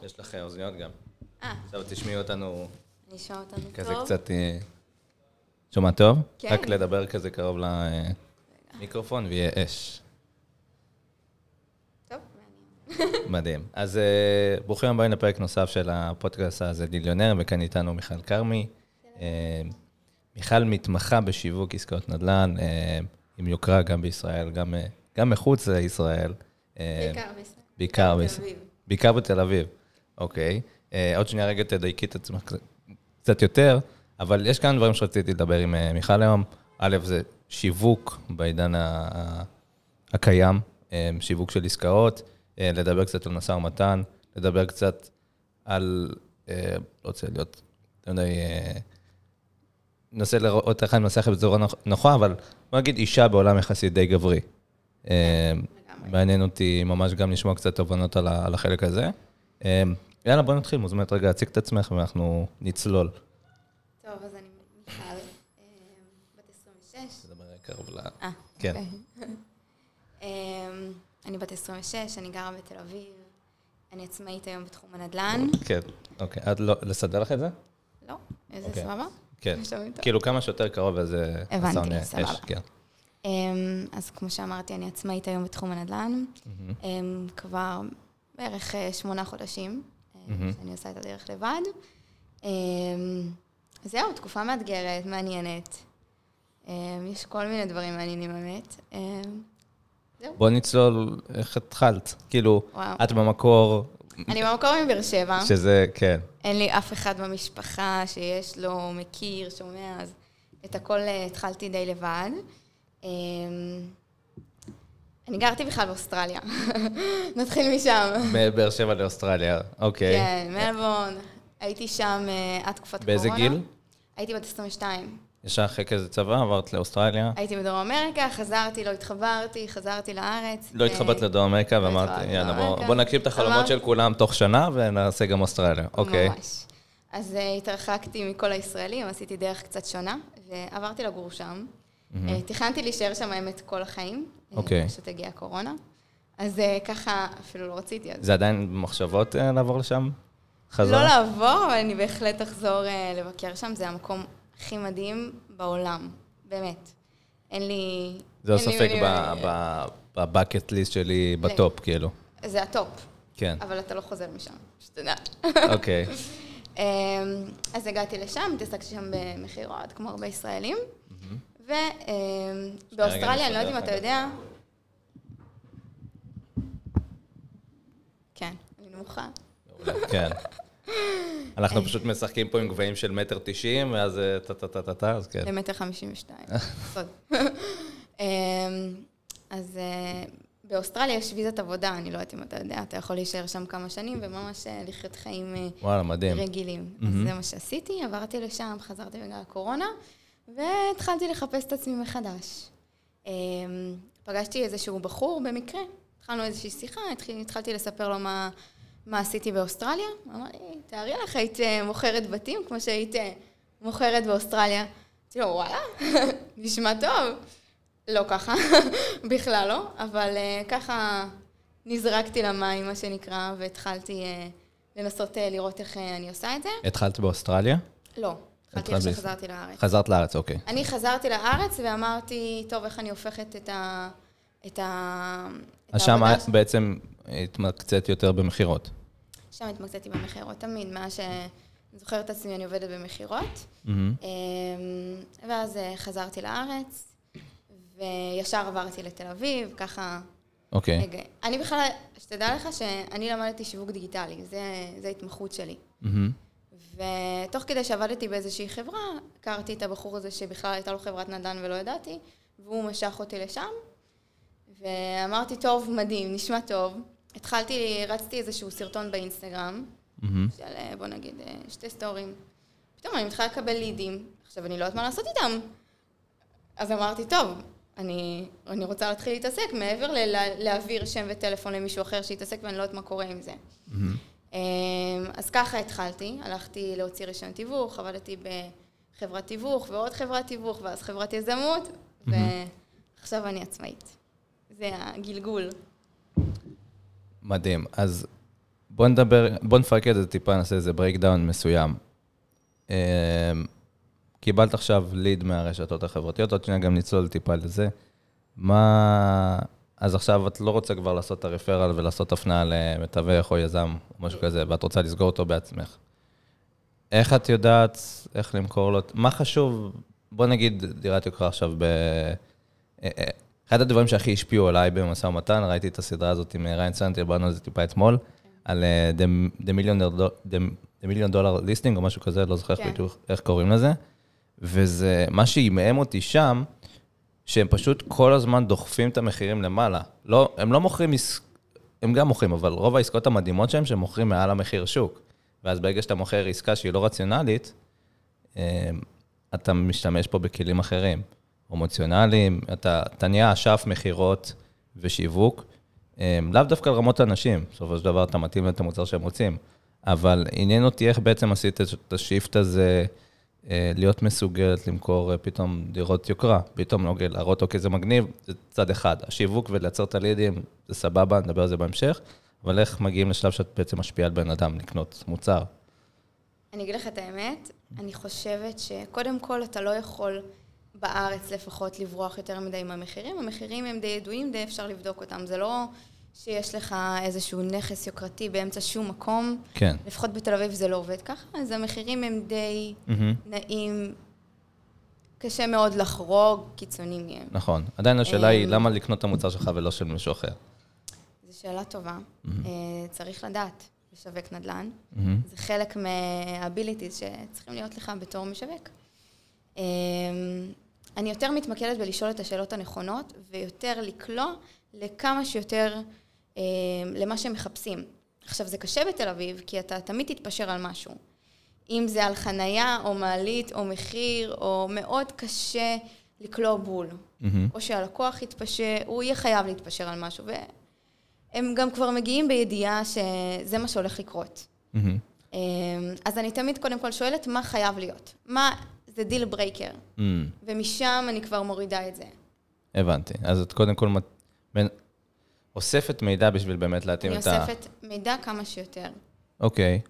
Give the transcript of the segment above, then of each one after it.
יש לך אוזניות גם. עכשיו תשמעי אותנו. אני אשמע אותנו טוב. כזה קצת... שומע טוב? כן. רק לדבר כזה קרוב למיקרופון ויהיה אש. טוב, מעניין. מדהים. אז ברוכים הבאים לפרק נוסף של הפודקאסט הזה דיליונר, וכאן איתנו מיכל קרמי. מיכל מתמחה בשיווק עסקאות נדל"ן, עם יוקרה גם בישראל, גם מחוץ לישראל. בעיקר בישראל. בעיקר בישראל. בעיקר בתל אביב. אוקיי. עוד שנייה רגע תדייקי את עצמך קצת יותר, אבל יש כאן דברים שרציתי לדבר עם מיכל היום. א', זה שיווק בעידן הקיים, שיווק של עסקאות, לדבר קצת על משא ומתן, לדבר קצת על, לא רוצה להיות, ננסה לראות איך אני מנסה לכם בצורה נוחה, אבל בוא נגיד אישה בעולם יחסית די גברי. מעניין אותי ממש גם לשמוע קצת תובנות על החלק הזה. יאללה, בוא נתחיל, מוזמנת רגע להציג את עצמך ואנחנו נצלול. טוב, אז אני מיכל, בת 26. זה דבר קרוב ל... כן. אני בת 26, אני גרה בתל אביב. אני עצמאית היום בתחום הנדל"ן. כן, אוקיי. את לא, לסדר לך את זה? לא, איזה סבבה? כן, כאילו כמה שיותר קרוב איזה... הבנתי, סבבה. כן. אז כמו שאמרתי, אני עצמאית היום בתחום הנדל"ן. כבר בערך 8 חודשים, שאני עושה את הדרך לבד. זהו, תקופה מאתגרת, מעניינת. יש כל מיני דברים מעניינים באמת. זהו. בוא נצלול איך התחלת. כאילו, וואו. את במקור... אני במקור מבאר שבע. שזה, כן. אין לי אף אחד במשפחה שיש לו מכיר, שומע, אז את הכל התחלתי די לבד. אני גרתי בכלל באוסטרליה. נתחיל משם. מבאר שבע לאוסטרליה, אוקיי. כן, מלבורן. הייתי שם עד תקופת באיזה קורונה. גיל? הייתי בת 22. ישר אחרי כזה צבא, עברת לאוסטרליה. הייתי בדרום אמריקה, חזרתי, לא התחברתי, חזרתי לארץ. לא התחברת לדרום אמריקה ואמרת, יאללה, בוא נקשיב את החלומות של כולם תוך שנה ונעשה גם אוסטרליה, אוקיי. ממש. אז התרחקתי מכל הישראלים, עשיתי דרך קצת שונה, ועברתי לגור שם. תכננתי להישאר שם האמת כל החיים. אוקיי. פשוט הגיעה הקורונה. אז ככה, אפילו לא רציתי. זה עדיין במחשבות לעבור לשם? חזרה? לא לעבור, אבל אני בהחלט אחזור לבקר שם. זה המקום הכי מדהים בעולם, באמת. אין לי... זה לא ספק בבקט ליסט שלי בטופ, כאילו. זה הטופ. כן. אבל אתה לא חוזר משם, שתדע. אוקיי. אז הגעתי לשם, התעסקתי שם במחירות, כמו הרבה ישראלים. ובאוסטרליה, אני לא יודעת אם אתה יודע... כן, אני נמוכה. כן. אנחנו פשוט משחקים פה עם גבהים של 1.90 ואז טה-טה-טה-טה, אז כן. ל1.52 אז באוסטרליה יש ויזת עבודה, אני לא יודעת אם אתה יודע, אתה יכול להישאר שם כמה שנים וממש לחיות חיים רגילים. אז זה מה שעשיתי, עברתי לשם, חזרתי בגלל הקורונה, והתחלתי לחפש את עצמי מחדש. פגשתי איזשהו בחור במקרה, התחלנו איזושהי שיחה, התחלתי לספר לו מה עשיתי באוסטרליה. אמר לי, תארי לך, היית מוכרת בתים כמו שהיית מוכרת באוסטרליה. אמרתי לו, וואלה, נשמע טוב. לא ככה, בכלל לא, אבל ככה נזרקתי למים, מה שנקרא, והתחלתי לנסות לראות איך אני עושה את זה. התחלת באוסטרליה? לא. התחלתי איך שחזרתי לארץ. חזרת לארץ, אוקיי. אני חזרתי לארץ ואמרתי, טוב, איך אני הופכת את אז שם בעצם התמקצת יותר במחירות. שם התמקצתי במחירות תמיד, מה שאני זוכרת את עצמי, אני עובדת במחירות. ואז חזרתי לארץ, וישר עברתי לתל אביב, ככה... אוקיי. אני בכלל, שתדע לך שאני למדתי שיווק דיגיטלי, זה ההתמחות שלי. ותוך כדי שעבדתי באיזושהי חברה, הכרתי את הבחור הזה שבכלל הייתה לו חברת נדל"ן ולא ידעתי, והוא משך אותי לשם, ואמרתי, טוב, מדהים, נשמע טוב. רצתי איזשהו סרטון באינסטגרם, של, בוא נגיד, 2 סטורים. פתאום אני מתחילה לקבל לידים, עכשיו אני לא יודעת מה לעשות איתם. אז אמרתי, טוב, אני רוצה להתחיל להתעסק, מעבר להעביר שם וטלפון למישהו אחר שיתעסק, ואני לא יודעת מה קורה עם זה. אז ככה התחלתי, הלכתי להוציא רישיון תיווך, עבדתי בחברת תיווך ועוד חברת תיווך, ואז חברת יזמות, ועכשיו אני עצמאית. זה הגלגול. מדהים. אז בוא נפרק את זה טיפה, נעשה איזה ברייקדאון מסוים. קיבלת עכשיו ליד מהרשתות החברתיות, עוד שניה גם נצלול טיפה לזה. אז עכשיו את לא רוצה כבר לעשות את הרפרל ולעשות הפניה למתווך או יזם או משהו כזה, ואת רוצה לסגור אותו בעצמך. איך את יודעת איך למכור לו? מה חשוב? בוא נגיד דירת יוקרה עכשיו אחד הדברים שהכי השפיעו עליי במשא ומתן, ראיתי את הסדרה הזאת עם ריין סנטי, באנו על זה טיפה אתמול, על The Million Dollar Listing או משהו כזה, לא זוכר איך קוראים לזה, וזה מה שימאם אותי שם, שהם פשוט כל הזמן דוחפים את המחירים למעלה. לא, הם לא מוכרים, הם גם מוכרים, אבל רוב העסקאות המדהימות שהם מוכרים מעל המחיר שוק. ואז ברגע שאתה מוכר עסקה שהיא לא רציונלית, אתה משתמש פה בכלים אחרים, אמוציונליים, אתה נהיה אשף מחירות ושיווק, לאו דווקא על רמות האנשים, בסופו של דבר אתה מתאים את המוצר שהם רוצים, אבל עניין אותי איך בעצם עשית את השיפט הזה, להיות מסוגלת למכור פתאום דירות יוקרה, פתאום להראות אוקיי, זה מגניב, זה צד אחד. השיווק ולייצר את הלידים, זה סבבה, נדבר על זה בהמשך, אבל איך מגיעים לשלב שאת בעצם משפיעה על בן אדם לקנות מוצר? אני אגיד לך את האמת, אני חושבת שקודם כל אתה לא יכול בארץ לפחות לברוח יותר מדי עם המחירים. המחירים הם די ידועים, די אפשר לבדוק אותם. זה לא שיש לך איזשהו נכס יוקרתי באמצע שום מקום. כן. לפחות בתל אביב זה לא עובד ככה, אז המחירים הם די נעים, קשה מאוד לחרוג, קיצוניים מהם. נכון. עדיין השאלה היא, למה לקנות את המוצר שלך ולא של מישהו אחר? זו שאלה טובה. צריך לדעת לשווק נדל"ן. זה חלק מהאביליטיז שצריכים להיות לך בתור משווק. אני יותר מתמקדת בלשאול את השאלות הנכונות, ויותר לקלוע לכמה שיותר למה שהם מחפשים. עכשיו, זה קשה בתל אביב, כי אתה תמיד תתפשר על משהו. אם זה על חנייה, או מעלית, או מחיר, או מאוד קשה לקלוע בול. או שהלקוח יתפשר, הוא יהיה חייב להתפשר על משהו, והם גם כבר מגיעים בידיעה שזה מה שהולך לקרות. אז אני תמיד קודם כל שואלת מה חייב להיות. מה זה דיל ברייקר. ומשם אני כבר מורידה את זה. הבנתי. אז את קודם כל אוספת מידע בשביל באמת להתאים את ה... אני אוספת מידע כמה שיותר. אוקיי.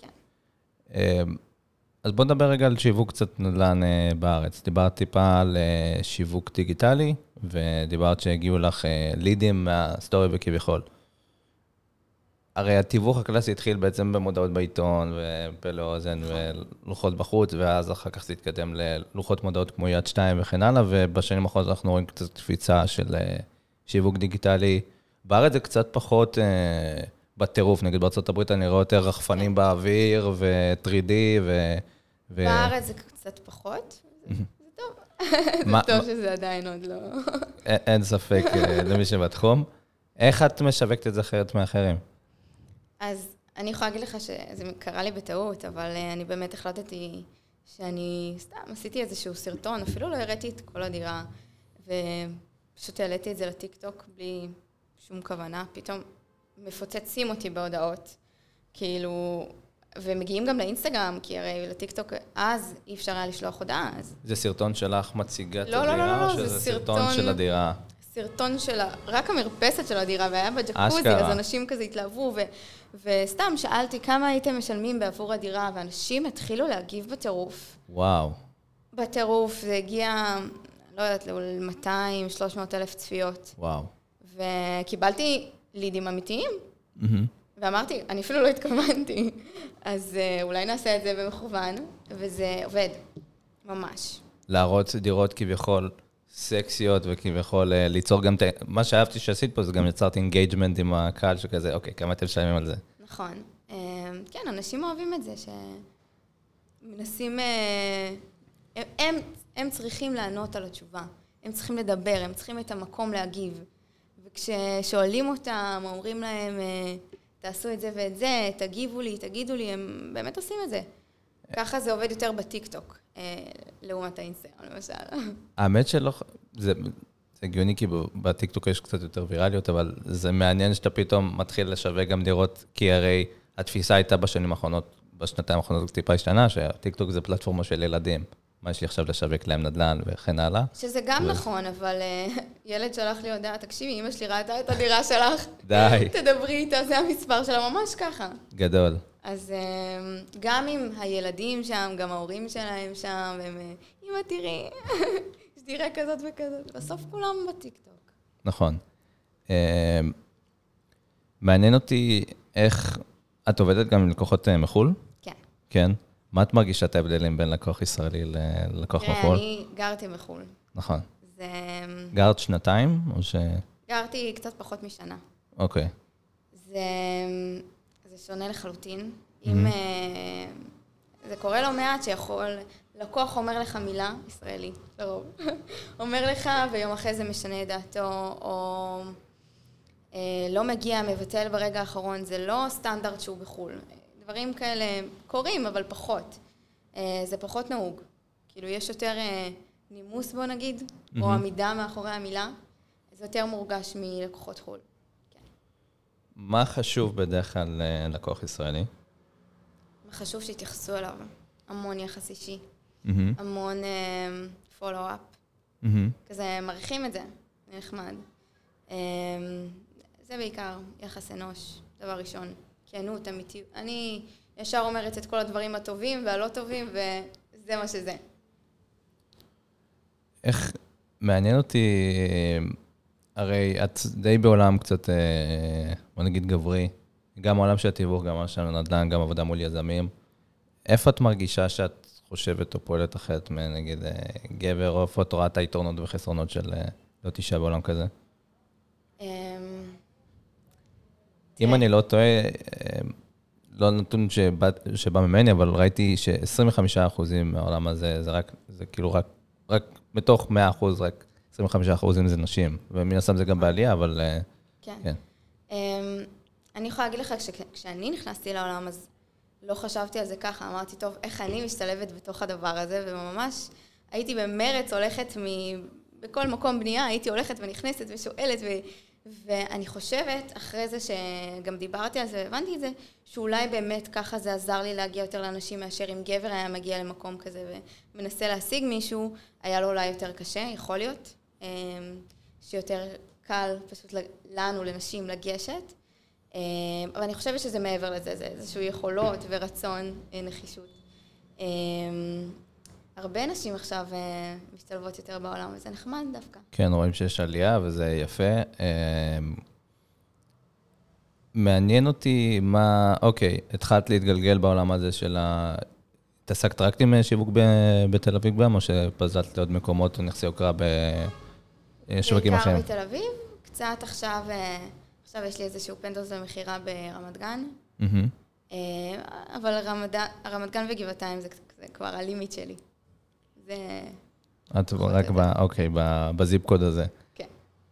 אז בוא נדבר רגע על שיווק קצת נדל"ן בארץ. דיברת טיפה על שיווק דיגיטלי, ודיברת שהגיעו לך לידים מהסטורי וכביכול. הרי התיווך הקלאסי התחיל בעצם במודעות בעיתון, ופה לאוזן ולוחות בחוץ, ואז אחר כך זה התקדם ללוחות מודעות כמו יד 2 וכן הלאה, ובשנים האחרונות אנחנו רואים קצת קפיצה של שיווק דיגיטלי. בארץ זה קצת פחות בטירוף, נגיד בארצות הברית אני רואה יותר רחפנים באוויר, ו-3D, בארץ זה קצת פחות, זה טוב. זה טוב שזה עדיין עוד לא. אין ספק למי שבתחום. איך את משווקת את זה אחרת מאחרים? אז אני יכולה להגיד לך שזה קרה לי בטעות, אבל אני באמת החלטתי שאני סתם עשיתי איזשהו סרטון, אפילו לא הראיתי את כל הדירה, ופשוט העליתי את זה לטיקטוק בלי שום כוונה, פתאום מפוצצים אותי בהודעות, כאילו, ומגיעים גם לאינסטגרם, כי הרי לטיקטוק אז אי אפשר היה לשלוח הודעה. זה סרטון שלך מציגת הדירה, או שזה סרטון של הדירה? סרטון של, רק המרפסת של הדירה, והיה בג'קוזי, אז אנשים כזה התלהבו, וסתם שאלתי כמה הייתם משלמים בעבור הדירה, ואנשים התחילו להגיב בטירוף. וואו. בטירוף, זה הגיע, לא יודעת, ל-200-300 אלף צפיות. וואו. וקיבלתי לידים אמיתיים, ואמרתי, אני אפילו לא התכוונתי, אז אולי נעשה את זה במכוון, וזה עובד, ממש. להראות דירות כביכול סקסיות, וכביכול ליצור גם, מה שאהבתי שעשית פה, זה גם יצרתי אינגייג'מנט עם הקהל שכזה, אוקיי, כמה אתם משלמים על זה? נכון. כן, אנשים אוהבים את זה, שמנסים, הם צריכים לענות על התשובה, הם צריכים לדבר, הם צריכים את המקום להגיב, וכששואלים אותם, אומרים להם, תעשו את זה ואת זה, תגידו לי, הם באמת עושים את זה. ככה זה עובד יותר בטיקטוק, לעומת האינסטגרם, למשל. האמת שלא, זה הגיוני כי בטיקטוק יש קצת יותר ויראליות, אבל זה מעניין שאתה פתאום מתחיל לשווק גם דירות, כי הרי התפיסה הייתה בשנים האחרונות, בשנתיים האחרונות טיפה השתנה, שהטיקטוק זה פלטפורמה של ילדים. מה יש לי עכשיו לשווק להם נדל"ן וכן הלאה. שזה גם נכון, אבל ילד שלח לי הודעה, תקשיבי, אמא שלי ראתה את הדירה שלך. די. תדברי איתה, זה המספר שלה, ממש ככה. גדול. אז גם עם הילדים שם, גם ההורים שלהם שם, והם, אמא תראי, יש דירה כזאת וכזאת. בסוף כולם בטיקטוק. נכון. מעניין אותי איך את עובדת גם עם לקוחות מחול? כן. כן. מה את מרגישה את ההבדלים בין לקוח ישראלי ללקוח מחול? אני גרתי מחול. נכון. זה... גרת שנתיים או ש... גרתי קצת פחות משנה. אוקיי. זה שונה לחלוטין. אם זה קורה לא מעט שיכול, לקוח אומר לך מילה, ישראלי, לרוב, אומר לך ויום אחרי זה משנה את דעתו, או לא מגיע, מבטל ברגע האחרון, זה לא סטנדרט שהוא בחול. דברים כאלה קורים, אבל פחות. זה פחות נהוג. כאילו, יש יותר נימוס, בוא נגיד, או עמידה מאחורי המילה. זה יותר מורגש מלקוחות חול. כן. מה חשוב בדרך כלל לקוח ישראלי? חשוב שיתייחסו אליו. המון יחס אישי. המון פולו-אפ. כזה, מריחים את זה. נחמד. זה בעיקר יחס אנוש, דבר ראשון. כנות, אמיתיות. אני ישר אומרת את כל הדברים הטובים והלא טובים, וזה מה שזה. איך, מעניין אותי, הרי את די בעולם קצת, בוא נגיד גברי, גם העולם של התיווך, גם העולם של הנדל"ן, גם עבודה מול יזמים. איפה את מרגישה שאת חושבת או פועלת אחרת מנגיד גבר, או איפה את רואה את היתרונות וחסרונות של להיות אישה בעולם כזה? אם אני לא טועה, לא נתון שבא ממני, אבל ראיתי ש25% מהעולם הזה, זה כאילו רק בתוך 100%, רק 25% זה נשים. ומן הסתם זה גם בעלייה, אבל כן. אני יכולה להגיד לך, כשאני נכנסתי לעולם, אז לא חשבתי על זה ככה. אמרתי, טוב, איך אני משתלבת בתוך הדבר הזה, וממש הייתי במרץ הולכת בכל מקום בנייה, הייתי הולכת ונכנסת ושואלת, ואני חושבת, אחרי זה שגם דיברתי על זה, הבנתי את זה, שאולי באמת ככה זה עזר לי להגיע יותר לאנשים מאשר אם גבר היה מגיע למקום כזה ומנסה להשיג מישהו, היה לו אולי יותר קשה, יכול להיות, שיותר קל פשוט לנו, לנשים, לגשת. אבל אני חושבת שזה מעבר לזה, זה איזשהו יכולות ורצון, נחישות. הרבה נשים עכשיו משתלבות יותר בעולם, וזה נחמד דווקא. כן, רואים שיש עלייה, וזה יפה. מעניין אותי מה, אוקיי, התחלת להתגלגל בעולם הזה של התעסקת רק עם שיווק בתל אביב גם, או שפזלת לעוד מקומות או נכסי יוקרה בשווקים אחרים? בעיקר בתל אביב, קצת עכשיו יש לי איזשהו פנטהאוז במכירה ברמת גן, אבל רמת גן וגבעתיים זה כבר הלימיט שלי. את רק בזיפ קוד הזה. כן.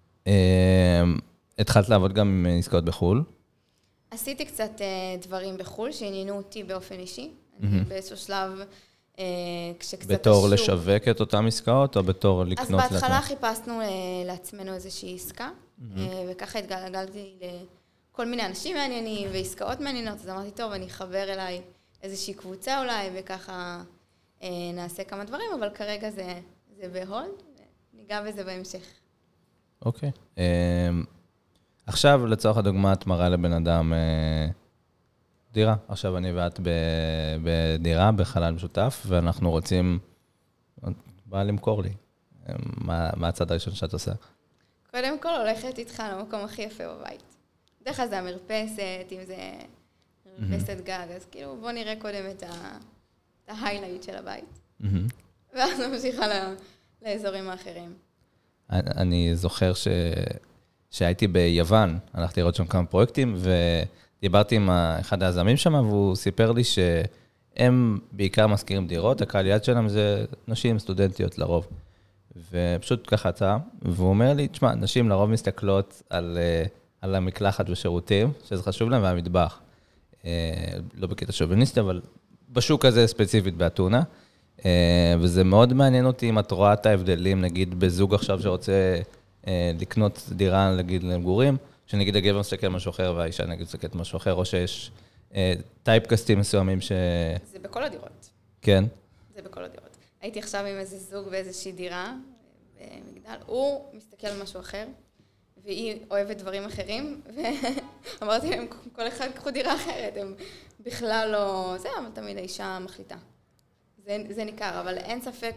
התחלת לעבוד גם עם עסקאות בחול? עשיתי קצת דברים בחול שעניינו אותי באופן אישי. באיזשהו שלב, כשקצת בתור לשווק את אותם עסקאות או בתור לקנות? אז בהתחלה חיפשנו לעצמנו איזושהי עסקה, וככה התגלגלתי לכל מיני אנשים מעניינים ועסקאות מעניינות, אז אמרתי, טוב, אני אחבר אליי איזושהי קבוצה אולי, וככה נעשה כמה דברים, אבל כרגע זה בהולד, וניגע בזה בהמשך. אוקיי. עכשיו, לצורך הדוגמה, את מראה לבן אדם דירה. עכשיו אני ואת בדירה, בחלל משותף, ואנחנו רוצים, בא למכור לי. מה הצד הראשון שאת עושה? קודם כל הולכת איתך למקום הכי יפה בבית. בדרך כלל זה המרפסת, אם זה מרפסת גג, אז כאילו בוא נראה קודם את ההיילייט של הבית. ואז נמשיך לאזורים האחרים. אני זוכר שהייתי ביוון, הלכתי לראות שם כמה פרויקטים, ודיברתי עם אחד היזמים שם, והוא סיפר לי שהם בעיקר מזכירים דירות, הקהל יד שלהם זה נשים סטודנטיות לרוב. ופשוט ככה הצעה, והוא אומר לי, תשמע, נשים לרוב מסתכלות על המקלחת ושירותים, שזה חשוב להם, והמטבח. לא בקטע שוביניסטי, אבל בשוק הזה ספציפית באתונה. וזה מאוד מעניין אותי אם את רואה את ההבדלים, נגיד בזוג עכשיו שרוצה לקנות דירה, נגיד למגורים, שנגיד הגבר מסתכל משהו אחר, והאישה נגיד מסתכלת משהו אחר, או שיש טייפקסטים מסוימים זה בכל הדירות. כן. זה בכל הדירות. הייתי עכשיו עם איזה זוג באיזושהי דירה, במגדל, הוא מסתכל על משהו אחר, והיא אוהבת דברים אחרים, ואמרתי להם, כל אחד קחו דירה אחרת, הם בכלל לא... זה, אבל תמיד האישה מחליטה. זה ניכר, אבל אין ספק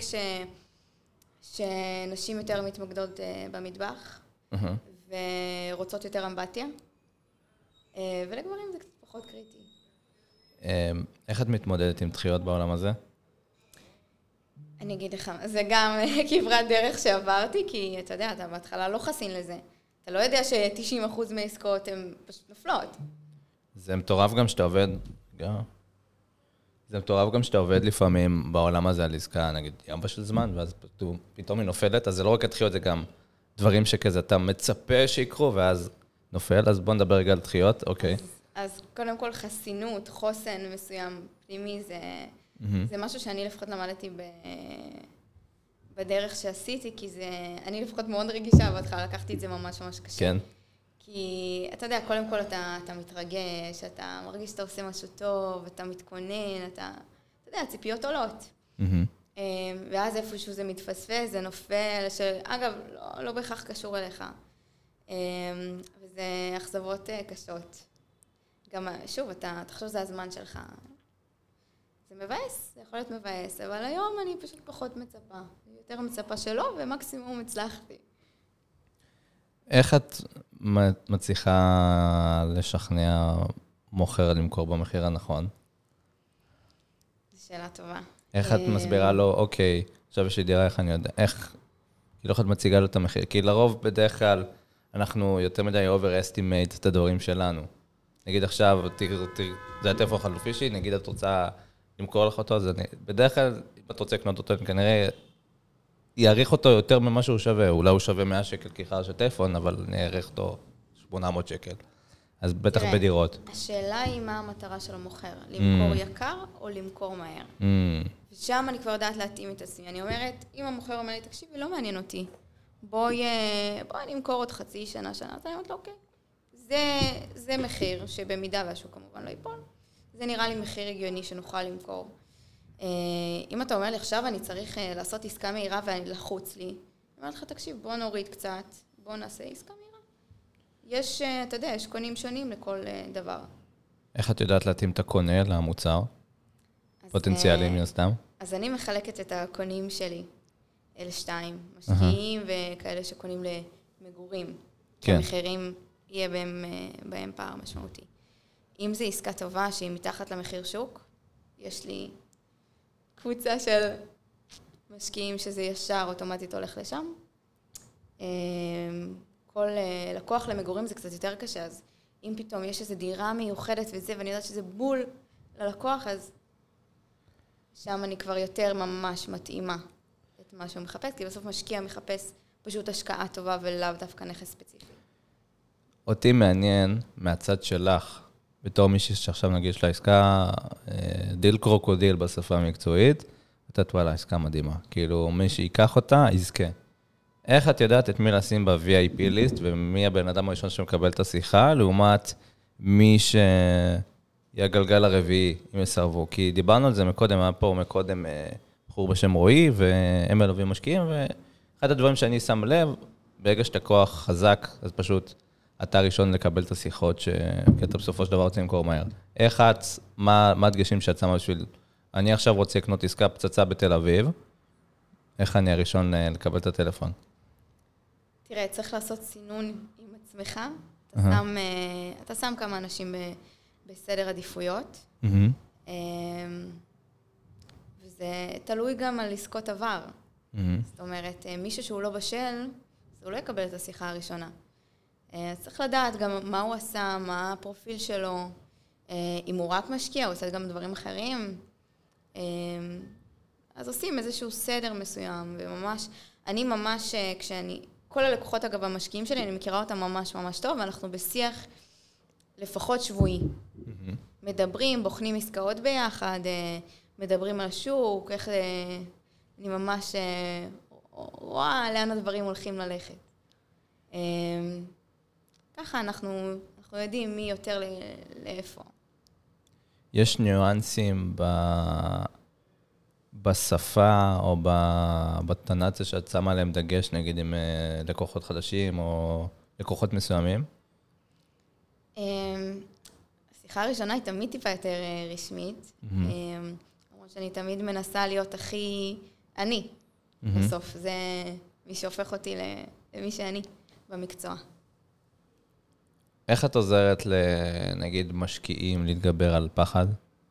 שנשים יותר מתמקדות במטבח, ורוצות יותר אמבטיה, ולגברים זה קצת פחות קריטי. איך את מתמודדת עם דחיות בעולם הזה? אני אגיד לך, זה גם כברת דרך שעברתי, כי אתה יודע, אתה בהתחלה לא חסין לזה. אתה לא יודע ש90% מהעסקאות הן פשוט נופלות. זה מטורף גם שאתה עובד, שאתה עובד לפעמים בעולם הזה על עסקה, נגיד, ימבה של זמן, ואז פתאום היא נופלת, אז זה לא רק הדחיות, זה גם דברים שכזה אתה מצפה שיקרו, ואז נופל, אז בוא נדבר רגע על דחיות, אוקיי. אז קודם כל חסינות, חוסן מסוים פנימי, זה משהו שאני לפחות למדתי בדרך שעשיתי, כי אני לפחות מאוד רגישה, בהתחלה לקחתי את זה ממש ממש קשה. כן. כי אתה יודע, קודם כל אתה מתרגש, אתה מרגיש שאתה עושה משהו טוב, אתה מתכונן, אתה יודע, ציפיות עולות. ואז איפשהו זה מתפספס, זה נופל, שאגב, לא בהכרח קשור אליך. וזה אכזבות קשות. גם, שוב, אתה חושב שזה הזמן שלך. זה מבאס, זה יכול להיות מבאס, אבל היום אני פשוט פחות מצפה. יותר מצפה שלא, ומקסימום הצלחתי. איך את מצליחה לשכנע מוכר למכור במחיר הנכון? זו שאלה טובה. איך את מסבירה לו, אוקיי, עכשיו יש לי דירה, איך אני יודע, איך, כאילו איך את מציגה לו את המחיר? כי לרוב בדרך כלל אנחנו יותר מדי overestimate את הדברים שלנו. נגיד עכשיו, זה הטלפון החלופי שלי, נגיד את רוצה למכור לך אותו, אז בדרך כלל, אם את רוצה לקנות אותו, כנראה יעריך אותו יותר ממה שהוא שווה. אולי הוא שווה 100 שקל כיכר של טלפון, אבל אני אעריך אותו 800 שקל. אז בטח בדירות. השאלה היא מה המטרה של המוכר, למכור יקר או למכור מהר. ושם אני כבר יודעת להתאים את עצמי. אני אומרת, אם המוכר אומר לי, תקשיבי, לא מעניין אותי. בואי נמכור עוד חצי שנה, אז אני אומרת לו, אוקיי. זה מחיר שבמידה והשוק כמובן לא ייפול. זה נראה לי מחיר הגיוני שנוכל למכור. אם אתה אומר לי, עכשיו אני צריך לעשות עסקה מהירה ולחוץ לי, אני אומרת לך, תקשיב, בוא נוריד קצת, בוא נעשה עסקה מהירה. יש, אתה יודע, יש קונים שונים לכל דבר. איך את יודעת להתאים את הקונה למוצר? פוטנציאלים, מן הסתם? אז אני מחלקת את הקונים שלי אל שתיים, משקיעים וכאלה שקונים למגורים. כן. המחירים יהיה בהם פער משמעותי. אם זו עסקה טובה שהיא מתחת למחיר שוק, יש לי קבוצה של משקיעים שזה ישר אוטומטית הולך לשם. כל לקוח למגורים זה קצת יותר קשה, אז אם פתאום יש איזו דירה מיוחדת וזה, ואני יודעת שזה בול ללקוח, אז שם אני כבר יותר ממש מתאימה את מה שהוא מחפש, כי בסוף משקיע מחפש פשוט השקעה טובה ולאו דווקא נכס ספציפי. אותי מעניין מהצד שלך, בתור מישהי שעכשיו נגיש לעסקה, דיל קרוקודיל בשפה המקצועית, לתת וואלה, עסקה מדהימה. כאילו, מי שיקח אותה, יזכה. איך את יודעת את מי לשים ב-VIP ליסט, ומי הבן אדם הראשון שמקבל את השיחה, לעומת מי שיהיה הגלגל הרביעי, אם יסרבו? כי דיברנו על זה מקודם, היה פה מקודם בחור בשם רועי, והם מלווים משקיעים, ואחד הדברים שאני שם לב, ברגע שאתה כוח חזק, אז פשוט אתה הראשון לקבל את השיחות, כי אתה בסופו של דבר רוצה למכור מהר. איך את, מה הדגשים שאת שמה בשביל, אני עכשיו רוצה לקנות עסקה פצצה בתל אביב, איך אני הראשון לקבל את הטלפון? תראה, צריך לעשות סינון עם עצמך. אתה שם כמה אנשים בסדר עדיפויות. וזה תלוי גם על עסקות עבר. זאת אומרת, מישהו שהוא לא בשל, אז הוא לא יקבל את השיחה הראשונה. צריך לדעת גם מה הוא עשה, מה הפרופיל שלו. אם הוא רק משקיע, הוא עושה גם דברים אחרים. אז עושים איזשהו סדר מסוים, וממש, אני ממש, כל הלקוחות אגב המשקיעים שלי, אני מכירה אותם ממש ממש טוב, ואנחנו בשיח לפחות שבועי. מדברים, בוחנים עסקאות ביחד, מדברים על השוק, איך אני ממש רואה לאן הדברים הולכים ללכת. ככה אנחנו יודעים מי יותר לאיפה. יש ניואנסים בשפה או בטונציה שאת שמה עליהם דגש, נגיד עם לקוחות חדשים או לקוחות מסוימים? השיחה הראשונה היא תמיד טיפה יותר רשמית. למרות שאני תמיד מנסה להיות הכי אני. בסוף זה מי שהופך אותי למי שאני במקצוע. איך את עוזרת נגיד משקיעים להתגבר על פחד?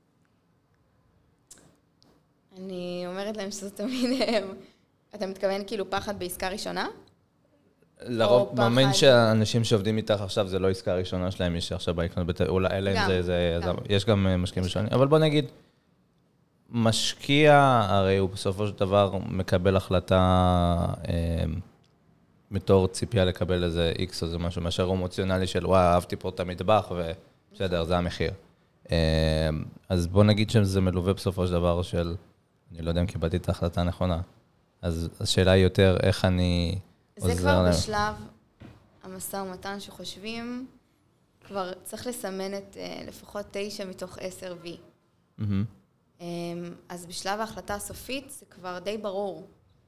אני אומרת להם שזה תמיד, אתה מתכוון כאילו פחד בעסקה ראשונה? לרוב, מאמין שהאנשים שעובדים איתך עכשיו, זה לא עסקה ראשונה שלהם, מי שעכשיו בא לקנות, אולי אלה אם זה, יש גם משקיעים ראשונים, אבל בוא נגיד, משקיע, הרי הוא בסופו של דבר מקבל החלטה מתור ציפייה לקבל איזה X או זה משהו, מאשר אמוציונלי של וואי, אהבתי פה את המטבח ובסדר, זה המחיר. אז בוא נגיד שזה מלווה בסופו של דבר של, אני לא יודע אם קיבלתי את ההחלטה הנכונה, אז השאלה היא יותר איך אני עוזר להם. זה כבר בשלב המשא ומתן שחושבים, כבר צריך לסמן את לפחות 9 מתוך 10 V. אז בשלב ההחלטה הסופית זה כבר די ברור.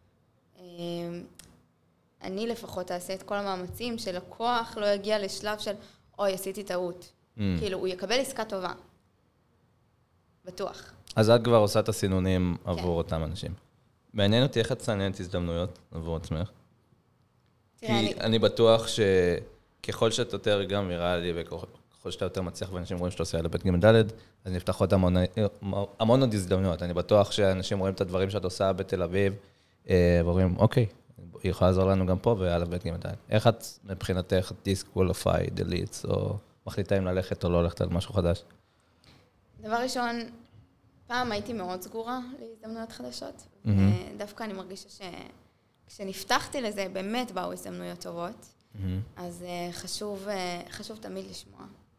אני לפחות אעשה את כל המאמצים שלקוח לא יגיע לשלב של אוי, עשיתי טעות. כאילו, הוא יקבל עסקה טובה. בטוח. אז את כבר עושה את הסינונים עבור אותם אנשים. מעניין אותי איך את צננת הזדמנויות עבור עצמך. כי אני בטוח שככל שאת יותר גם נראה לי, וככל שאתה יותר מצליח ואנשים רואים שאתה עושה על בית ג' ד', אז נפתחות המון עוד הזדמנויות. אני בטוח שאנשים רואים את הדברים שאת עושה בתל אביב, ואומרים, אוקיי, היא יכולה לעזור לנו גם פה ועל בית ג' ד'. איך את מבחינתך דיסקווליפיי, דליטס, או מחליטה אם ללכת או לא ללכת על משהו חדש? דבר ראשון, פעם הייתי מאוד סגורה להזדמנויות חדשות, ודווקא אני מרגישה כשנפתחתי לזה, באמת באו הזדמנויות טובות, אז חשוב תמיד לשמוע.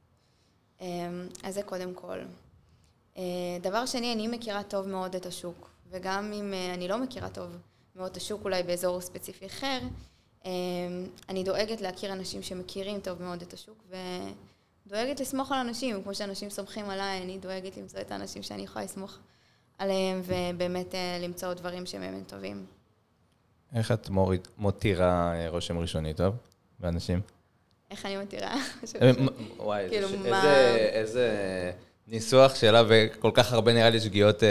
אז זה קודם כל. דבר שני, אני מכירה טוב מאוד את השוק, וגם אם אני לא מכירה טוב מאוד את השוק, אולי באזור ספציפי אחר, אני דואגת להכיר אנשים שמכירים טוב מאוד את השוק, ודואגת לסמוך על אנשים, כמו שאנשים סומכים עליי, אני דואגת למצוא את האנשים שאני יכולה לסמוך עליהם, ובאמת למצוא דברים שהם באמת טובים. איך את מותירה רושם ראשוני טוב באנשים? איך אני מותירה? וואי, איזה ניסוח שאלה, וכל כך הרבה נראה לי שגיאות.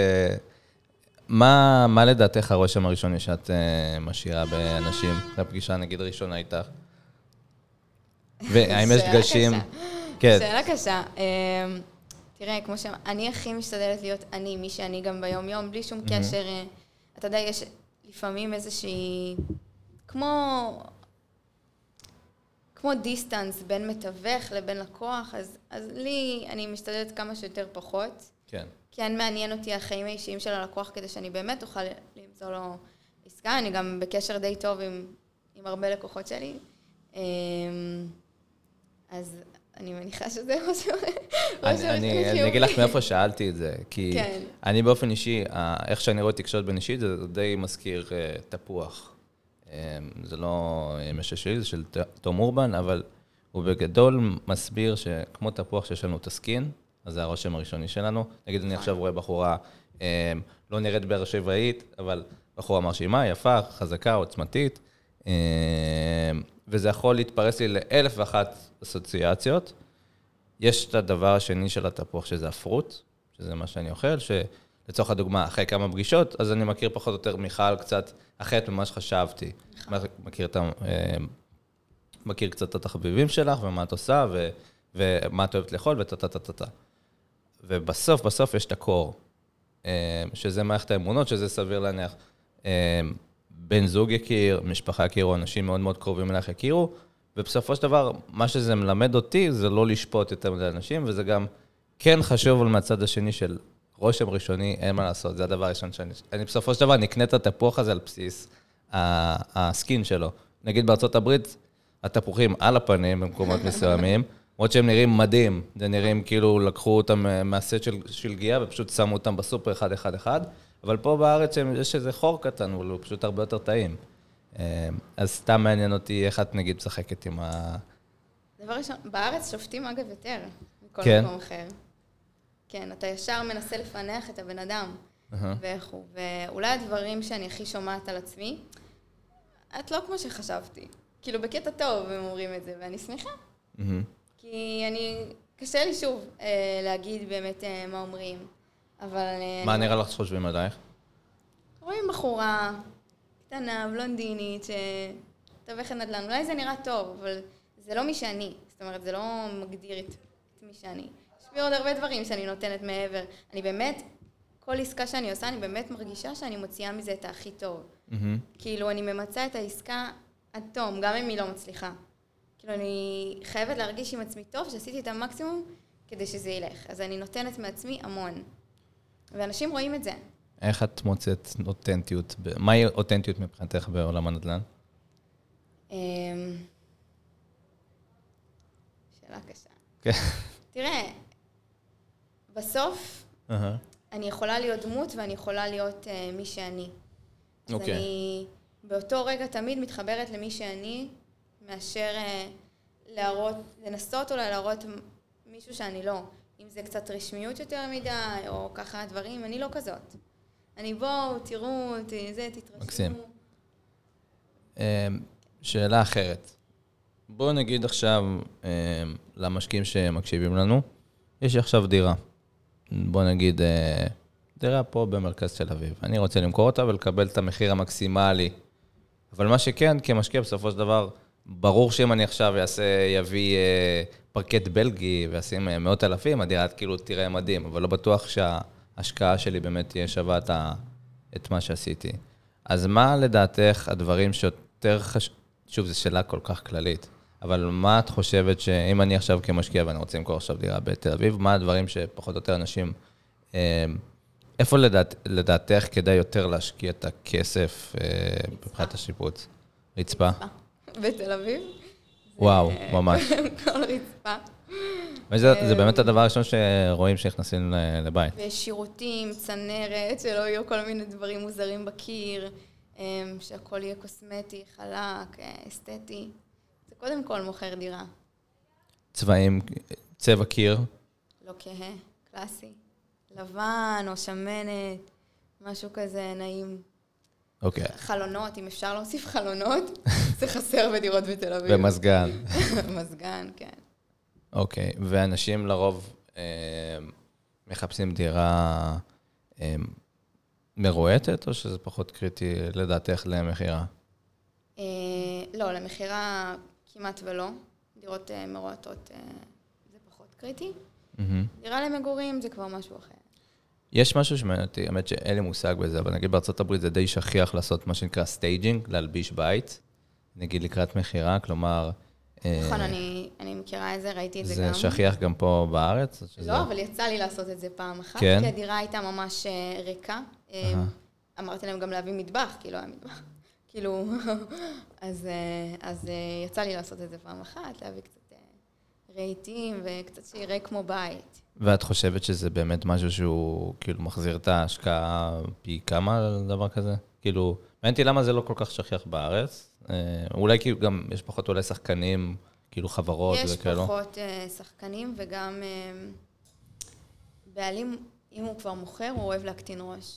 מה לדעתך הרושם הראשוני שאת משאירה באנשים? לפגישה נגיד ראשונה איתך? והאם יש דגשים? שאלה קשה. תראה, כמו אני הכי משתדלת להיות אני, מי שאני גם ביום יום, בלי שום קשר. אתה יודע, יש לפעמים איזושהי, כמו דיסטנס בין מתווך לבין לקוח, אז לי, אני משתדלת כמה שיותר פחות. כן. כי אני מעניין אותי החיים האישיים של הלקוח, כדי שאני באמת אוכל למצוא לו עסקה. אני גם בקשר די טוב עם הרבה לקוחות שלי. אז אני מניחה שזה משהו. אני אגיד לך מאיפה שאלתי את זה, כי אני באופן אישי, איך שאני רואה תקשורת בין אישית, זה די מזכיר תפוח. זה לא מששי, זה של תום אורבן, אבל הוא בגדול מסביר שכמו תפוח שיש לנו תסכין, אז זה הרושם הראשוני שלנו. נגיד, אני עכשיו רואה בחורה, לא נראית באר שבעית, אבל בחורה מרשימה, יפה, חזקה, עוצמתית, וזה יכול להתפרס לי לאלף ואחת אסוציאציות. יש את הדבר השני של התפוח, שזה הפרוט, שזה מה שאני אוכל, שלצורך הדוגמה, אחרי כמה פגישות, אז אני מכיר פחות או יותר מיכל קצת אחרת ממה שחשבתי. מכיר קצת את התחביבים שלך, ומה את עושה, ומה את אוהבת לאכול, וטטטטטטט. ובסוף יש את הקור, שזה מערכת האמונות, שזה סביר להניח. בן זוג יכיר, משפחה יכירו, אנשים מאוד מאוד קרובים אליך יכירו, ובסופו של דבר, מה שזה מלמד אותי, זה לא לשפוט יותר מדי אנשים, וזה גם כן חשוב, אבל מהצד השני של רושם ראשוני, אין מה לעשות, זה הדבר הראשון אני בסופו של דבר נקנה את התפוח הזה על בסיס הסקין שלו. נגיד בארצות הברית, התפוחים על הפנים במקומות מסוימים, עוד שהם נראים מדהים, זה נראים כאילו לקחו אותם מהסט של שלגיה, ופשוט שמו אותם בסופר אחד, אבל פה בארץ יש איזה חור קטן, אבל הוא פשוט הרבה יותר טעים. אז סתם מעניין אותי איך את נגיד משחקת עם דבר ראשון, בארץ שופטים אגב יותר, מכל מקום אחר. כן, אתה ישר מנסה לפענח את הבן אדם. ואיך הוא. ואולי הדברים שאני הכי שומעת על עצמי, את לא כמו שחשבתי. כאילו, בקטע טוב הם אומרים את זה, ואני שמחה. כי קשה לי שוב להגיד באמת מה אומרים, אבל... מה נראה לך שחושבים עלייך? רואים בחורה קטנה, בלונדינית, שתווכת נדל"ן. אולי זה נראה טוב, אבל זה לא מי שאני. זאת אומרת, זה לא מגדיר את מי שאני. יש לי עוד הרבה דברים שאני נותנת מעבר. אני באמת, כל עסקה שאני עושה, אני באמת מרגישה שאני מוציאה מזה את הכי טוב. כאילו, אני ממצאה את העסקה עד תום, גם אם היא לא מצליחה. כאילו, אני חייבת להרגיש עם עצמי טוב, שעשיתי את המקסימום כדי שזה ילך. אז אני נותנת מעצמי המון. ואנשים רואים את זה. איך את מוצאת אותנטיות? מהי אותנטיות מבחינתך בעולם הנדל"ן? שאלה קשה. כן. תראה, בסוף אני יכולה להיות דמות ואני יכולה להיות מי שאני. אז אני באותו רגע תמיד מתחברת למי שאני, מאשר לנסות אולי להראות מישהו שאני לא. אם זה קצת רשמיות יותר מדי, או ככה דברים, אני לא כזאת. אני בואו, תראו, תתרשמו. מקסים. שאלה אחרת. בואו נגיד עכשיו למשקיעים שמקשיבים לנו, יש לי עכשיו דירה. בואו נגיד דירה פה במרכז תל אביב. אני רוצה למכור אותה ולקבל את המחיר המקסימלי. אבל מה שכן, כמשקיע בסופו של דבר, ברור שאם אני עכשיו יביא פרקט בלגי ואשים 100,000, הדירה כאילו תראה מדהים, אבל לא בטוח שההשקעה שלי באמת תהיה שווה את מה שעשיתי. אז מה לדעתך הדברים שיותר שוב, זו שאלה כל כך כללית, אבל מה את חושבת שאם אני עכשיו כמשקיע ואני רוצה למכור עכשיו דירה בתל אביב, מה הדברים שפחות או יותר אנשים, איפה לדעתך כדאי יותר להשקיע את הכסף בבחינת השיפוץ? רצפה? בתל אביב. וואו, ממש. כל רצפה. זה באמת הדבר הראשון שרואים שנכנסים לבית. ויש שירותים, צנרת, שלא יהיו כל מיני דברים מוזרים בקיר, שהכל יהיה קוסמטי, חלק, אסתטי. זה קודם כל מוכר דירה. צבעים, צבע קיר? לא כהה, קלאסי. לבן או שמנת, משהו כזה נעים. אוקיי. חלונות, אם אפשר להוסיף חלונות, זה חסר בדירות בתל אביב. ומזגן. מזגן, כן. אוקיי, ואנשים לרוב מחפשים דירה מרועטת, או שזה פחות קריטי לדעתך למחירה? לא, למחירה כמעט ולא. דירות מרועטות זה פחות קריטי. דירה למגורים זה כבר משהו אחר. יש משהו שמעניין אותי, האמת שאין לי מושג בזה, אבל נגיד בארצות הברית זה די שכיח לעשות מה שנקרא סטייג'ינג, להלביש בית, נגיד לקראת מחירה, כלומר... נכון, אני מכירה את זה, ראיתי את זה גם. זה שכיח גם פה בארץ? לא, אבל יצא לי לעשות את זה פעם אחת, כי הדירה הייתה ממש ריקה. אמרתי להם גם להביא מטבח, כי לא היה מטבח. כאילו, אז יצא לי לעשות את זה פעם אחת, להביא קצת רהיטים וקצת שיראה כמו בית. ואת חושבת שזה באמת משהו שהוא כאילו מחזיר את ההשקעה פי כמה על דבר כזה? כאילו, מעניינתי למה זה לא כל כך שכיח בארץ? אולי כאילו גם יש פחות אולי שחקנים, כאילו חברות וכאלו. יש פחות שחקנים וגם בעלים, אם הוא כבר מוכר, הוא אוהב להקטין ראש.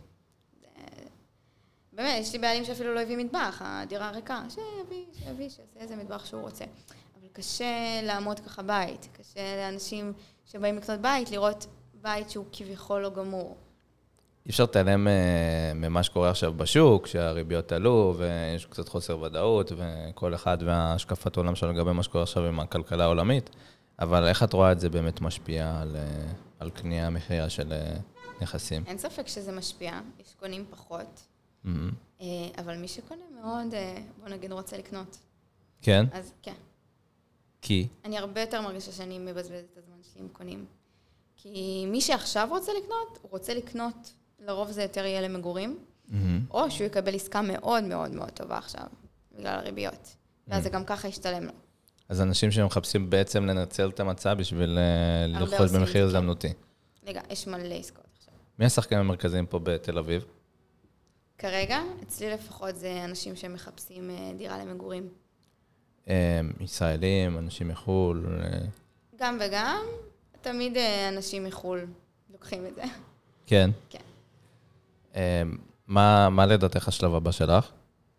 באמת, יש לי בעלים שאפילו לא הביא מטבח, הדירה ריקה, שיביא, שיעשה איזה מטבח שהוא רוצה. אבל קשה לעמוד ככה בית, קשה לאנשים שבאים לקנות בית, לראות בית שהוא כביכול לא גמור. אי אפשר להתעלם ממה שקורה עכשיו בשוק, שהריביות עלו, ויש קצת חוסר ודאות, וכל אחד והשקפת העולם שלנו לגבי מה שקורה עכשיו עם הכלכלה העולמית, אבל איך את רואה את זה באמת משפיע על קנייה המחירה של נכסים? אין ספק שזה משפיע, יש קונים פחות, אבל מי שקונה מאוד, בוא נגיד, רוצה לקנות. כן? אז כן. כי? אני הרבה יותר מרגישה שאני מבזבזת את הזמן שלי עם קונים. כי מי שעכשיו רוצה לקנות, הוא רוצה לקנות, לרוב זה יותר יהיה למגורים, או שהוא יקבל עסקה מאוד מאוד מאוד טובה עכשיו, בגלל הריביות. ואז זה גם ככה ישתלם לו. אז אנשים שמחפשים בעצם לנצל את המצב בשביל לרכוש במחיר הזדמנותי. רגע, יש מלא עסקאות עכשיו. מי השחקנים המרכזיים פה בתל אביב? כרגע, אצלי לפחות זה אנשים שמחפשים דירה למגורים. ישראלים, אנשים מחול. גם וגם, תמיד אנשים מחול לוקחים את זה. כן? כן. מה לדעתך השלב הבא שלך?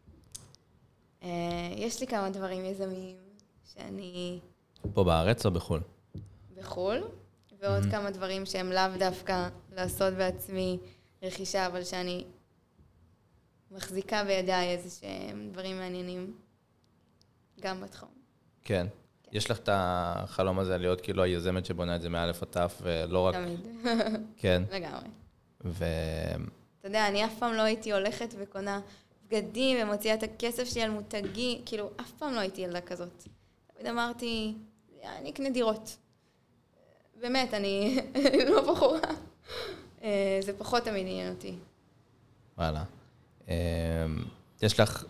יש לי כמה דברים יזמיים שאני... פה בארץ או בחול? בחול, ועוד כמה דברים שהם לאו דווקא לעשות בעצמי רכישה, אבל שאני מחזיקה בידיי איזה שהם דברים מעניינים גם בתחום. כן. יש לך את החלום הזה להיות כאילו היזמת שבונה את זה מאלף עד תף, ולא רק... תמיד. כן. לגמרי. ו... אתה יודע, אני אף פעם לא הייתי הולכת וקונה בגדים ומוציאה את הכסף שלי על מותגי, כאילו, אף פעם לא הייתי ילדה כזאת. תמיד אמרתי, אני אקנה דירות. באמת, אני לא בחורה. זה פחות תמיד עניין אותי. וואלה. יש לך...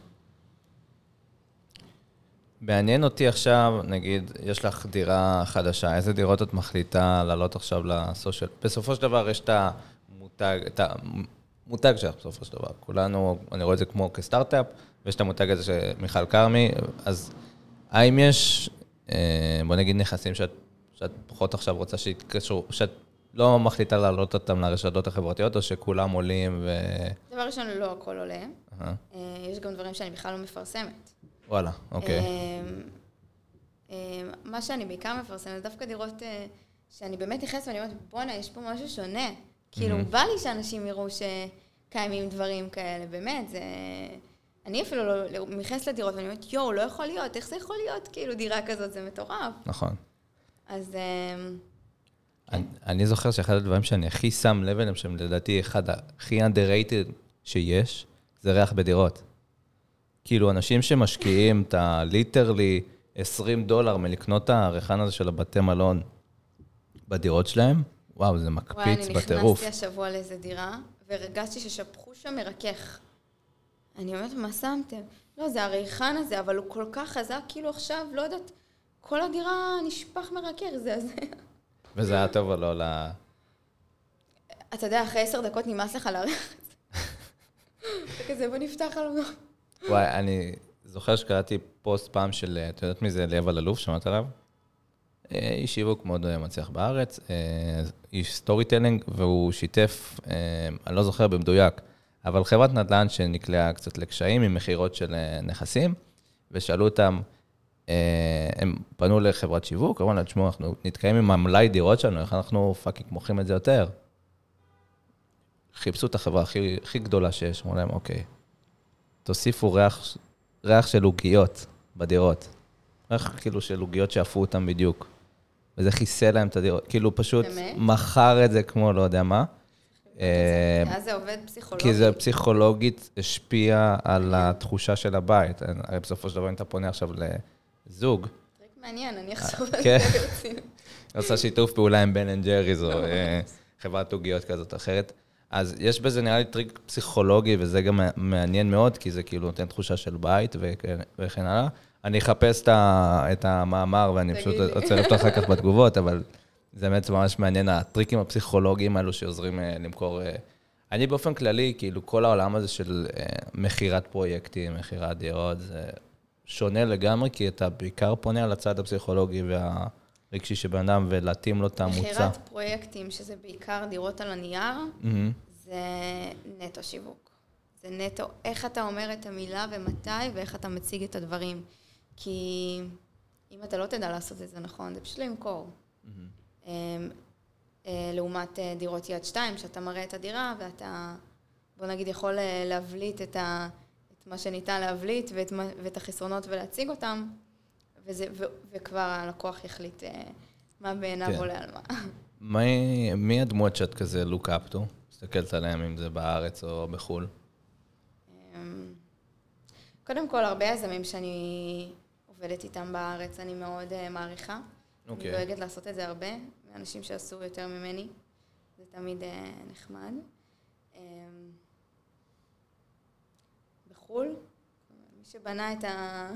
מעניין אותי עכשיו, נגיד, יש לך דירה חדשה, איזה דירות את מחליטה לעלות עכשיו לסושיאל? בסופו של דבר יש את המותג שלך בסופו של דבר. כולנו, אני רואה את זה כמו כסטארט-אפ, ויש את המותג הזה שמיכל קרמי, אז האם יש, בוא נגיד, נכסים שאת פחות עכשיו רוצה שיתקשרו, שאת לא מחליטה לעלות אותם לרשתות החברתיות, או שכולם עולים ו... דבר ראשון, לא הכל עולה. יש גם דברים שאני בכלל לא מפרסמת. וואלה, אוקיי. מה שאני בעיקר מפרסמת, דווקא דירות שאני באמת נכנסת ואני אומרת, בוא'נה, יש פה משהו שונה. כאילו, בא לי שאנשים יראו שקיימים דברים כאלה, באמת, זה... אני אפילו לא נכנסת לדירות ואני אומרת, יואו, לא יכול להיות, איך זה יכול להיות? כאילו, דירה כזאת, זה מטורף. נכון. אז... אני זוכר שאחד הדברים שאני הכי שם לב אליהם, שהם לדעתי אחד הכי underrated שיש, זה ריח בדירות. כאילו, אנשים שמשקיעים את ליטרלי $20 מלקנות את הריחן הזה של הבתי מלון בדירות שלהם, וואו, זה מקפיץ בטירוף. אני נכנסתי השבוע לאיזה דירה, והרגשתי ששפכו שם מרכך. אני אומרת, מה שמתם? לא, זה הריחן הזה, אבל הוא כל כך חזק, כאילו עכשיו, לא יודעת, כל הדירה נשפך מרכך, זה הזה. וזה היה טוב או לא אתה יודע, אחרי 10 דקות נמאס לך להריח את זה. וכזה, בוא נפתח חלונות. וואי, אני זוכר שקראתי פוסט פעם של, אתה יודעת מי זה, לב אלאלוף, שמעת עליו? איש שיווק מאוד מצליח בארץ, איש סטורי טלינג, והוא שיתף, אני לא זוכר במדויק, אבל חברת נדל"ן שנקלעה קצת לקשיים עם מחירות של נכסים, ושאלו אותם, הם פנו לחברת שיווק, אמרו לה, תשמעו, אנחנו נתקיים עם המלאי דירות שלנו, איך אנחנו פאקינג מוכרים את זה יותר? חיפשו את החברה הכי גדולה שיש, אמרו להם, אוקיי, תוסיפו ריח של עוגיות בדירות. ריח כאילו של עוגיות שאפו אותם בדיוק. וזה חיסה להם את הדירות. כאילו פשוט מכר את זה כמו לא יודע מה. אז זה עובד פסיכולוגית. כי זה פסיכולוגית השפיע על התחושה של הבית. הרי בסופו של דבר אם אתה פונה עכשיו לזוג. טריק מעניין, אני אחשוב על זה ברצינות. עושה שיתוף פעולה עם בן אנד ג'ריז או חברת עוגיות כזאת אחרת. אז יש בזה נראה לי טריק פסיכולוגי, וזה גם מעניין מאוד, כי זה כאילו נותן תחושה של בית וכן הלאה. אני אחפש את המאמר, ואני פשוט אצרף אותו אחר כך בתגובות, אבל זה באמת ממש מעניין, הטריקים הפסיכולוגיים האלו שעוזרים למכור. אני באופן כללי, כאילו כל העולם הזה של מחירת פרויקטים, מחירת דירות, זה שונה לגמרי, כי אתה בעיקר פונה על הצד הפסיכולוגי רגשי שבן אדם ולהתאים לו את המוצא. מחירת פרויקטים, שזה בעיקר דירות על הנייר, זה נטו שיווק. זה נטו איך אתה אומר את המילה ומתי, ואיך אתה מציג את הדברים. כי אם אתה לא תדע לעשות את זה נכון, זה פשוט למכור. לעומת דירות יד 2, שאתה מראה את הדירה, ואתה, בוא נגיד, יכול להבליט את מה שניתן להבליט, ואת החסרונות ולהציג אותם. וכבר הלקוח יחליט מה בעיניו עולה על מה. מי הדמות שאת כזה look up to? מסתכלת עליהם אם זה בארץ או בחול? קודם כל, הרבה יזמים שאני עובדת איתם בארץ, אני מאוד מעריכה. אני דואגת לעשות את זה הרבה, מאנשים שעשו יותר ממני. זה תמיד נחמד. בחול, מי שבנה את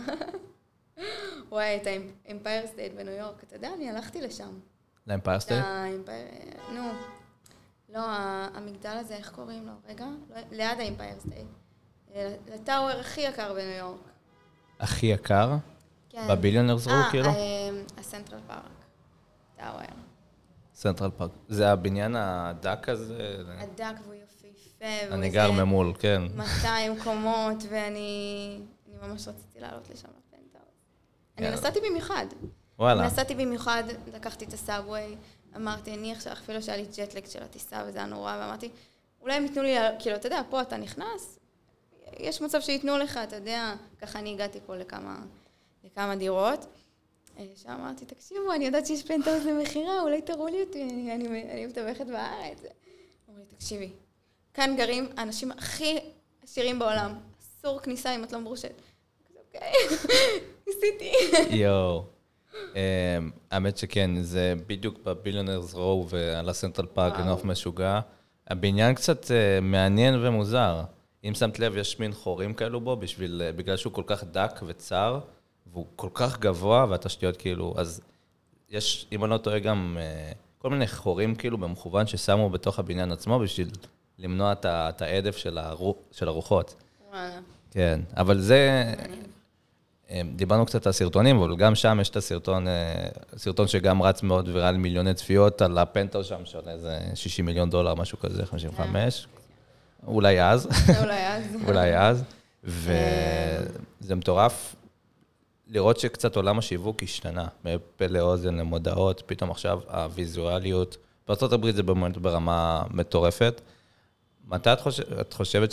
וואי, את האמפייר סטייט בניו יורק, אתה יודע, אני הלכתי לשם. לאמפייר סטייט? נו, לא, המגדל הזה, איך קוראים לו? רגע, ליד האמפייר סטייט. לטאוור הכי יקר בניו יורק. הכי יקר? כן. בביליונרס רו, כאילו? הסנטרל פארק. טאוור. סנטרל פארק. זה הבניין הדק הזה? הדק והוא יפיף. יפה. אני גר ממול, כן. 200 קומות, ואני ממש רציתי לעלות לשם לפנטהאוס. אני נסעתי במיוחד. וואלה. נסעתי במיוחד, לקחתי את הסאבווי, אמרתי, אני עכשיו, אפילו שהיה לי ג'טלג של הטיסה, וזה היה נורא, ואמרתי, אולי הם ייתנו לי, כאילו, אתה יודע, פה אתה נכנס, יש מצב שייתנו לך, אתה יודע, ככה אני הגעתי פה לכמה דירות. שאמרתי, תקשיבו, אני יודעת שיש פנטהאוס למחירה, אולי תראו לי אותי, אני מתווכת בארץ. אמרו לי, תקשיבי, כאן גרים האנשים הכי עשירים בעולם, אסור כניסה אם את לא מורשת. אוקיי, ניסיתי. יואו. האמת שכן, זה בדיוק בביליונרס רו ועל הסנטרל פארק לנוף משוגע. הבניין קצת מעניין ומוזר. אם שמת לב, יש מין חורים כאלו בו, בגלל שהוא כל כך דק וצר, והוא כל כך גבוה, והתשתיות כאילו, אז יש, אם אני לא טועה, גם כל מיני חורים כאילו במכוון ששמו בתוך הבניין עצמו, בשביל למנוע את העדף של הרוחות. וואלה. כן, אבל זה, דיברנו קצת על סרטונים, אבל גם שם יש את הסרטון שגם רץ מאוד ויראלי מיליוני צפיות על הפנטהאוס שם, שעולה איזה $60 מיליון, משהו כזה, 55. אולי אז. אולי אז. וזה מטורף לראות שקצת עולם השיווק השתנה, מפה לאוזן למודעות, פתאום עכשיו הוויזואליות, בארצות הברית זה במומנט ברמה מטורפת. מתי את חושבת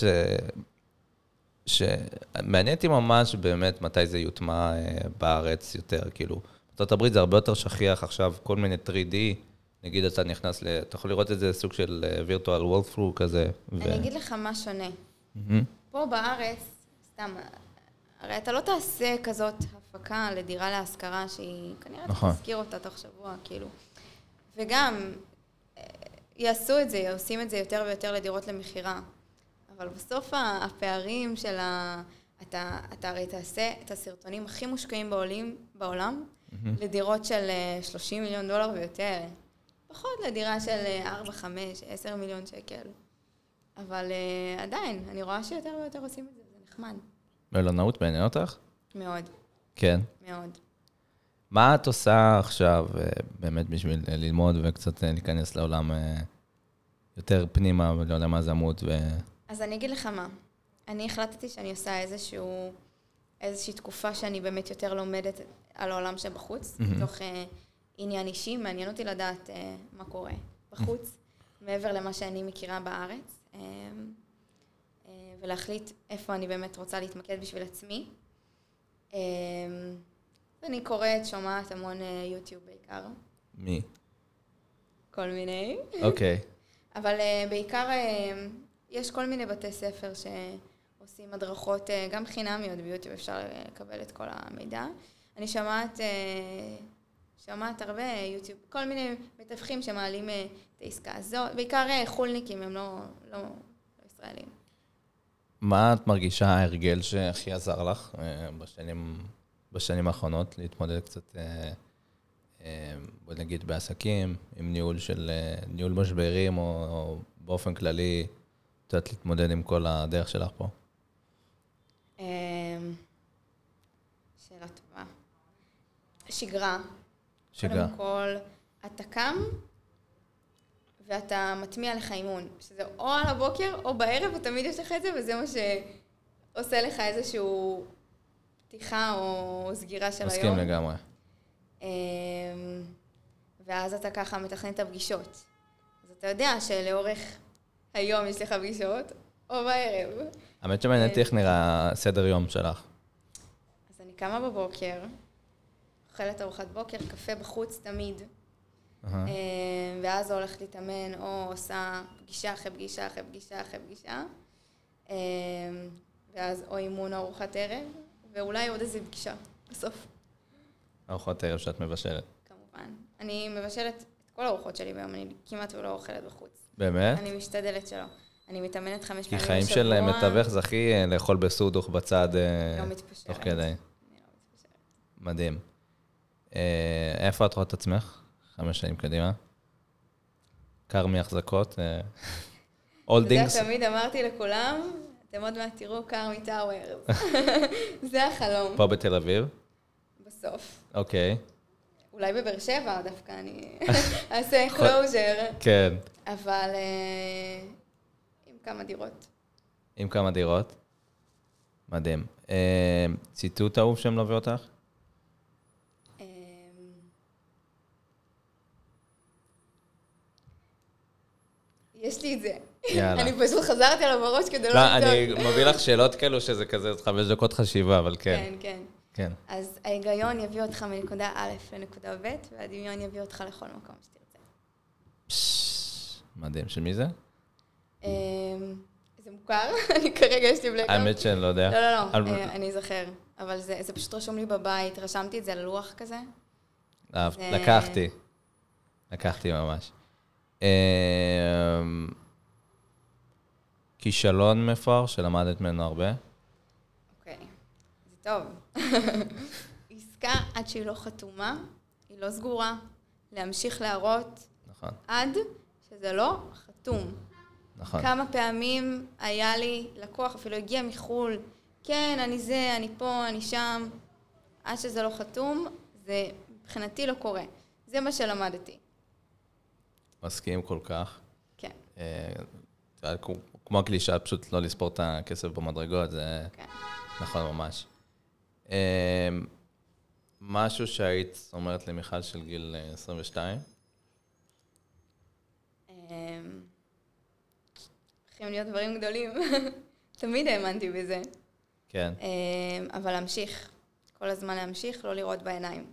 שמעניין אותי ממש באמת מתי זה יוטמע בארץ יותר, כאילו, בארצות הברית זה הרבה יותר שכיח עכשיו, כל מיני 3D, נגיד אתה נכנס, אתה יכול לראות את זה סוג של virtual walkthrough כזה. אני אגיד לך מה שונה. פה בארץ, סתם, הרי אתה לא תעשה כזאת הפקה לדירה להשכרה שהיא כנראה תזכיר אותה תוך שבוע, כאילו. וגם, יעשו את זה, עושים את זה יותר ויותר לדירות למחירה. אבל בסוף הפערים של אתה הרי תעשה את הסרטונים הכי מושקעים בעולם, לדירות של $30 מיליון ויותר. פחות לדירה של 4, 5, 10 מיליון שקל. אבל עדיין, אני רואה שיותר ויותר עושים את זה, זה נחמד. מלונאות מעניין אותך? מאוד. כן. מאוד. מה את עושה עכשיו באמת בשביל ללמוד וקצת להיכנס לעולם יותר פנימה ולעולם הזמות? אז אני אגיד לך מה. אני החלטתי שאני עושה איזושהי תקופה שאני באמת יותר לומדת על העולם שבחוץ, מתוך עניין אישי. מעניין אותי לדעת מה קורה בחוץ, מעבר למה שאני מכירה בארץ, ולהחליט איפה אני באמת רוצה להתמקד בשביל עצמי. אני קוראת, שומעת המון יוטיוב בעיקר. מי? כל מיני. אוקיי. אבל בעיקר יש כל מיני בתי ספר שעושים הדרכות גם חינמיות ביוטיוב, אפשר לקבל את כל המידע. אני שמעת הרבה יוטיוב, כל מיני מתווכים שמעלים את העסקה הזאת, בעיקר חולניקים, הם לא ישראלים. מה את מרגישה ההרגל שהכי עזר לך בשנים האחרונות להתמודד קצת, בוא נגיד, בעסקים, עם ניהול משברים או באופן כללי, קצת להתמודד עם כל הדרך שלך פה? שאלה טובה. שגרה. שגרה. קודם כל, אתה קם ואתה מטמיע לך אימון, שזה או על הבוקר או בערב, ותמיד יש לך את זה, וזה מה שעושה לך איזשהו פתיחה או סגירה של היום. מסכים לגמרי. ואז אתה ככה מתכנן את הפגישות. אז אתה יודע שלאורך היום יש לך פגישות, או בערב. האמת שמעניין אותי איך נראה סדר יום שלך. אז אני קמה בבוקר, אוכלת ארוחת בוקר, קפה בחוץ תמיד, ואז הולכת להתאמן, או עושה פגישה אחרי פגישה אחרי פגישה אחרי פגישה, ואז או אימון או ארוחת ערב, ואולי עוד איזה פגישה בסוף. ארוחת ערב שאת מבשלת. כמובן. אני מבשלת את כל הארוחות שלי ביום, אני כמעט ולא אוכלת בחוץ. באמת? אני משתדלת שלא. אני מתאמנת 5 פעמים בשבוע. כי חיים של מתווך זה הכי לאכול בסודוך בצד תוך כדי. מדהים. איפה את רואה את עצמך? 5 שנים קדימה? קר מהחזקות? All אתה יודע, things? תמיד אמרתי לכולם, אתם עוד מעט תראו קר מטאוורס. זה החלום. פה בתל אביב? בסוף. אוקיי. אולי בבאר שבע דווקא, אני אעשה קלוז'ר. כן. אבל עם כמה דירות. עם כמה דירות? מדהים. ציטוט אהוב שמלווה אותך? יש לי את זה. יאללה. אני פשוט חזרתי עליו בראש כדי לא... לא, אני מביא לך שאלות כאלו שזה כזה 5 דקות חשיבה, אבל כן. כן, כן. כן. אז ההיגיון יביא אותך מנקודה א' לנקודה ב', והדמיון יביא אותך לכל מקום שתרצה. מדהים. של מי זה? זה מוכר, אני כרגע יש לי בלקאוט. האמת שאני לא יודע. לא, אני אזכר. אבל זה פשוט רשום לי בבית, רשמתי את זה על לוח כזה. לקחתי ממש. כישלון מפואר שלמדת ממנו הרבה? אוקיי, זה טוב. עסקה עד שהיא לא חתומה, היא לא סגורה, להמשיך להראות נכון. עד שזה לא חתום. נכון. כמה פעמים היה לי לקוח, אפילו הגיע מחול, כן, אני זה, אני פה, אני שם, עד שזה לא חתום, זה מבחינתי לא קורה. זה מה שלמדתי. מסכים כל כך. כן. כמו הקלישה, פשוט לא לספור את הכסף במדרגות, זה כן. נכון ממש. משהו שהיית אומרת למיכל של גיל 22? צריכים להיות דברים גדולים. תמיד האמנתי בזה. כן. אבל להמשיך. כל הזמן להמשיך, לא לראות בעיניים.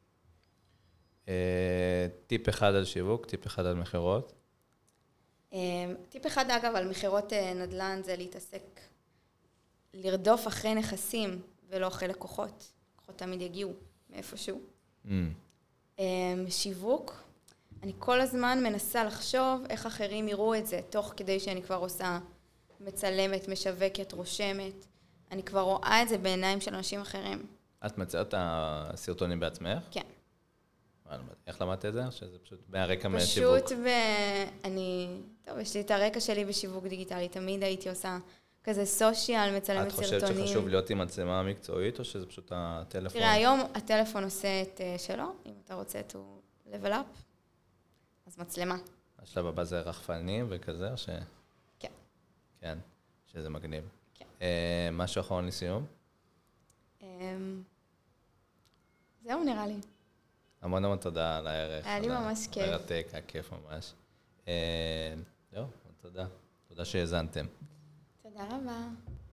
טיפ אחד על שיווק, טיפ אחד על מחירות. טיפ אחד, אגב, על מחירות נדל"ן זה להתעסק, לרדוף אחרי נכסים ולא אחרי לקוחות. לקוחות תמיד יגיעו מאיפשהו. שיווק, אני כל הזמן מנסה לחשוב איך אחרים יראו את זה, תוך כדי שאני כבר עושה מצלמת, משווקת, רושמת. אני כבר רואה את זה בעיניים של אנשים אחרים. את מצאת את הסרטונים בעצמך? כן. איך למדת את זה? שזה פשוט מהרקע משיווק? פשוט טוב, יש לי את הרקע שלי בשיווק דיגיטלי, תמיד הייתי עושה כזה סושיאל, מצלמת סרטונים. את חושבת שחשוב להיות עם מצלמה מקצועית, או שזה פשוט הטלפון? תראה, היום הטלפון עושה את שלו, אם אתה רוצה את הוא level up, אז מצלמה. השלב הבא זה רחפנים וכזה, או ש... כן. כן, שזה מגניב. כן. משהו אחרון לסיום? זהו נראה לי. המון המון תודה על הערך. היה לי ממש כיף. מרתק, הכיף ממש. זהו, תודה. תודה שהאזנתם. תודה רבה.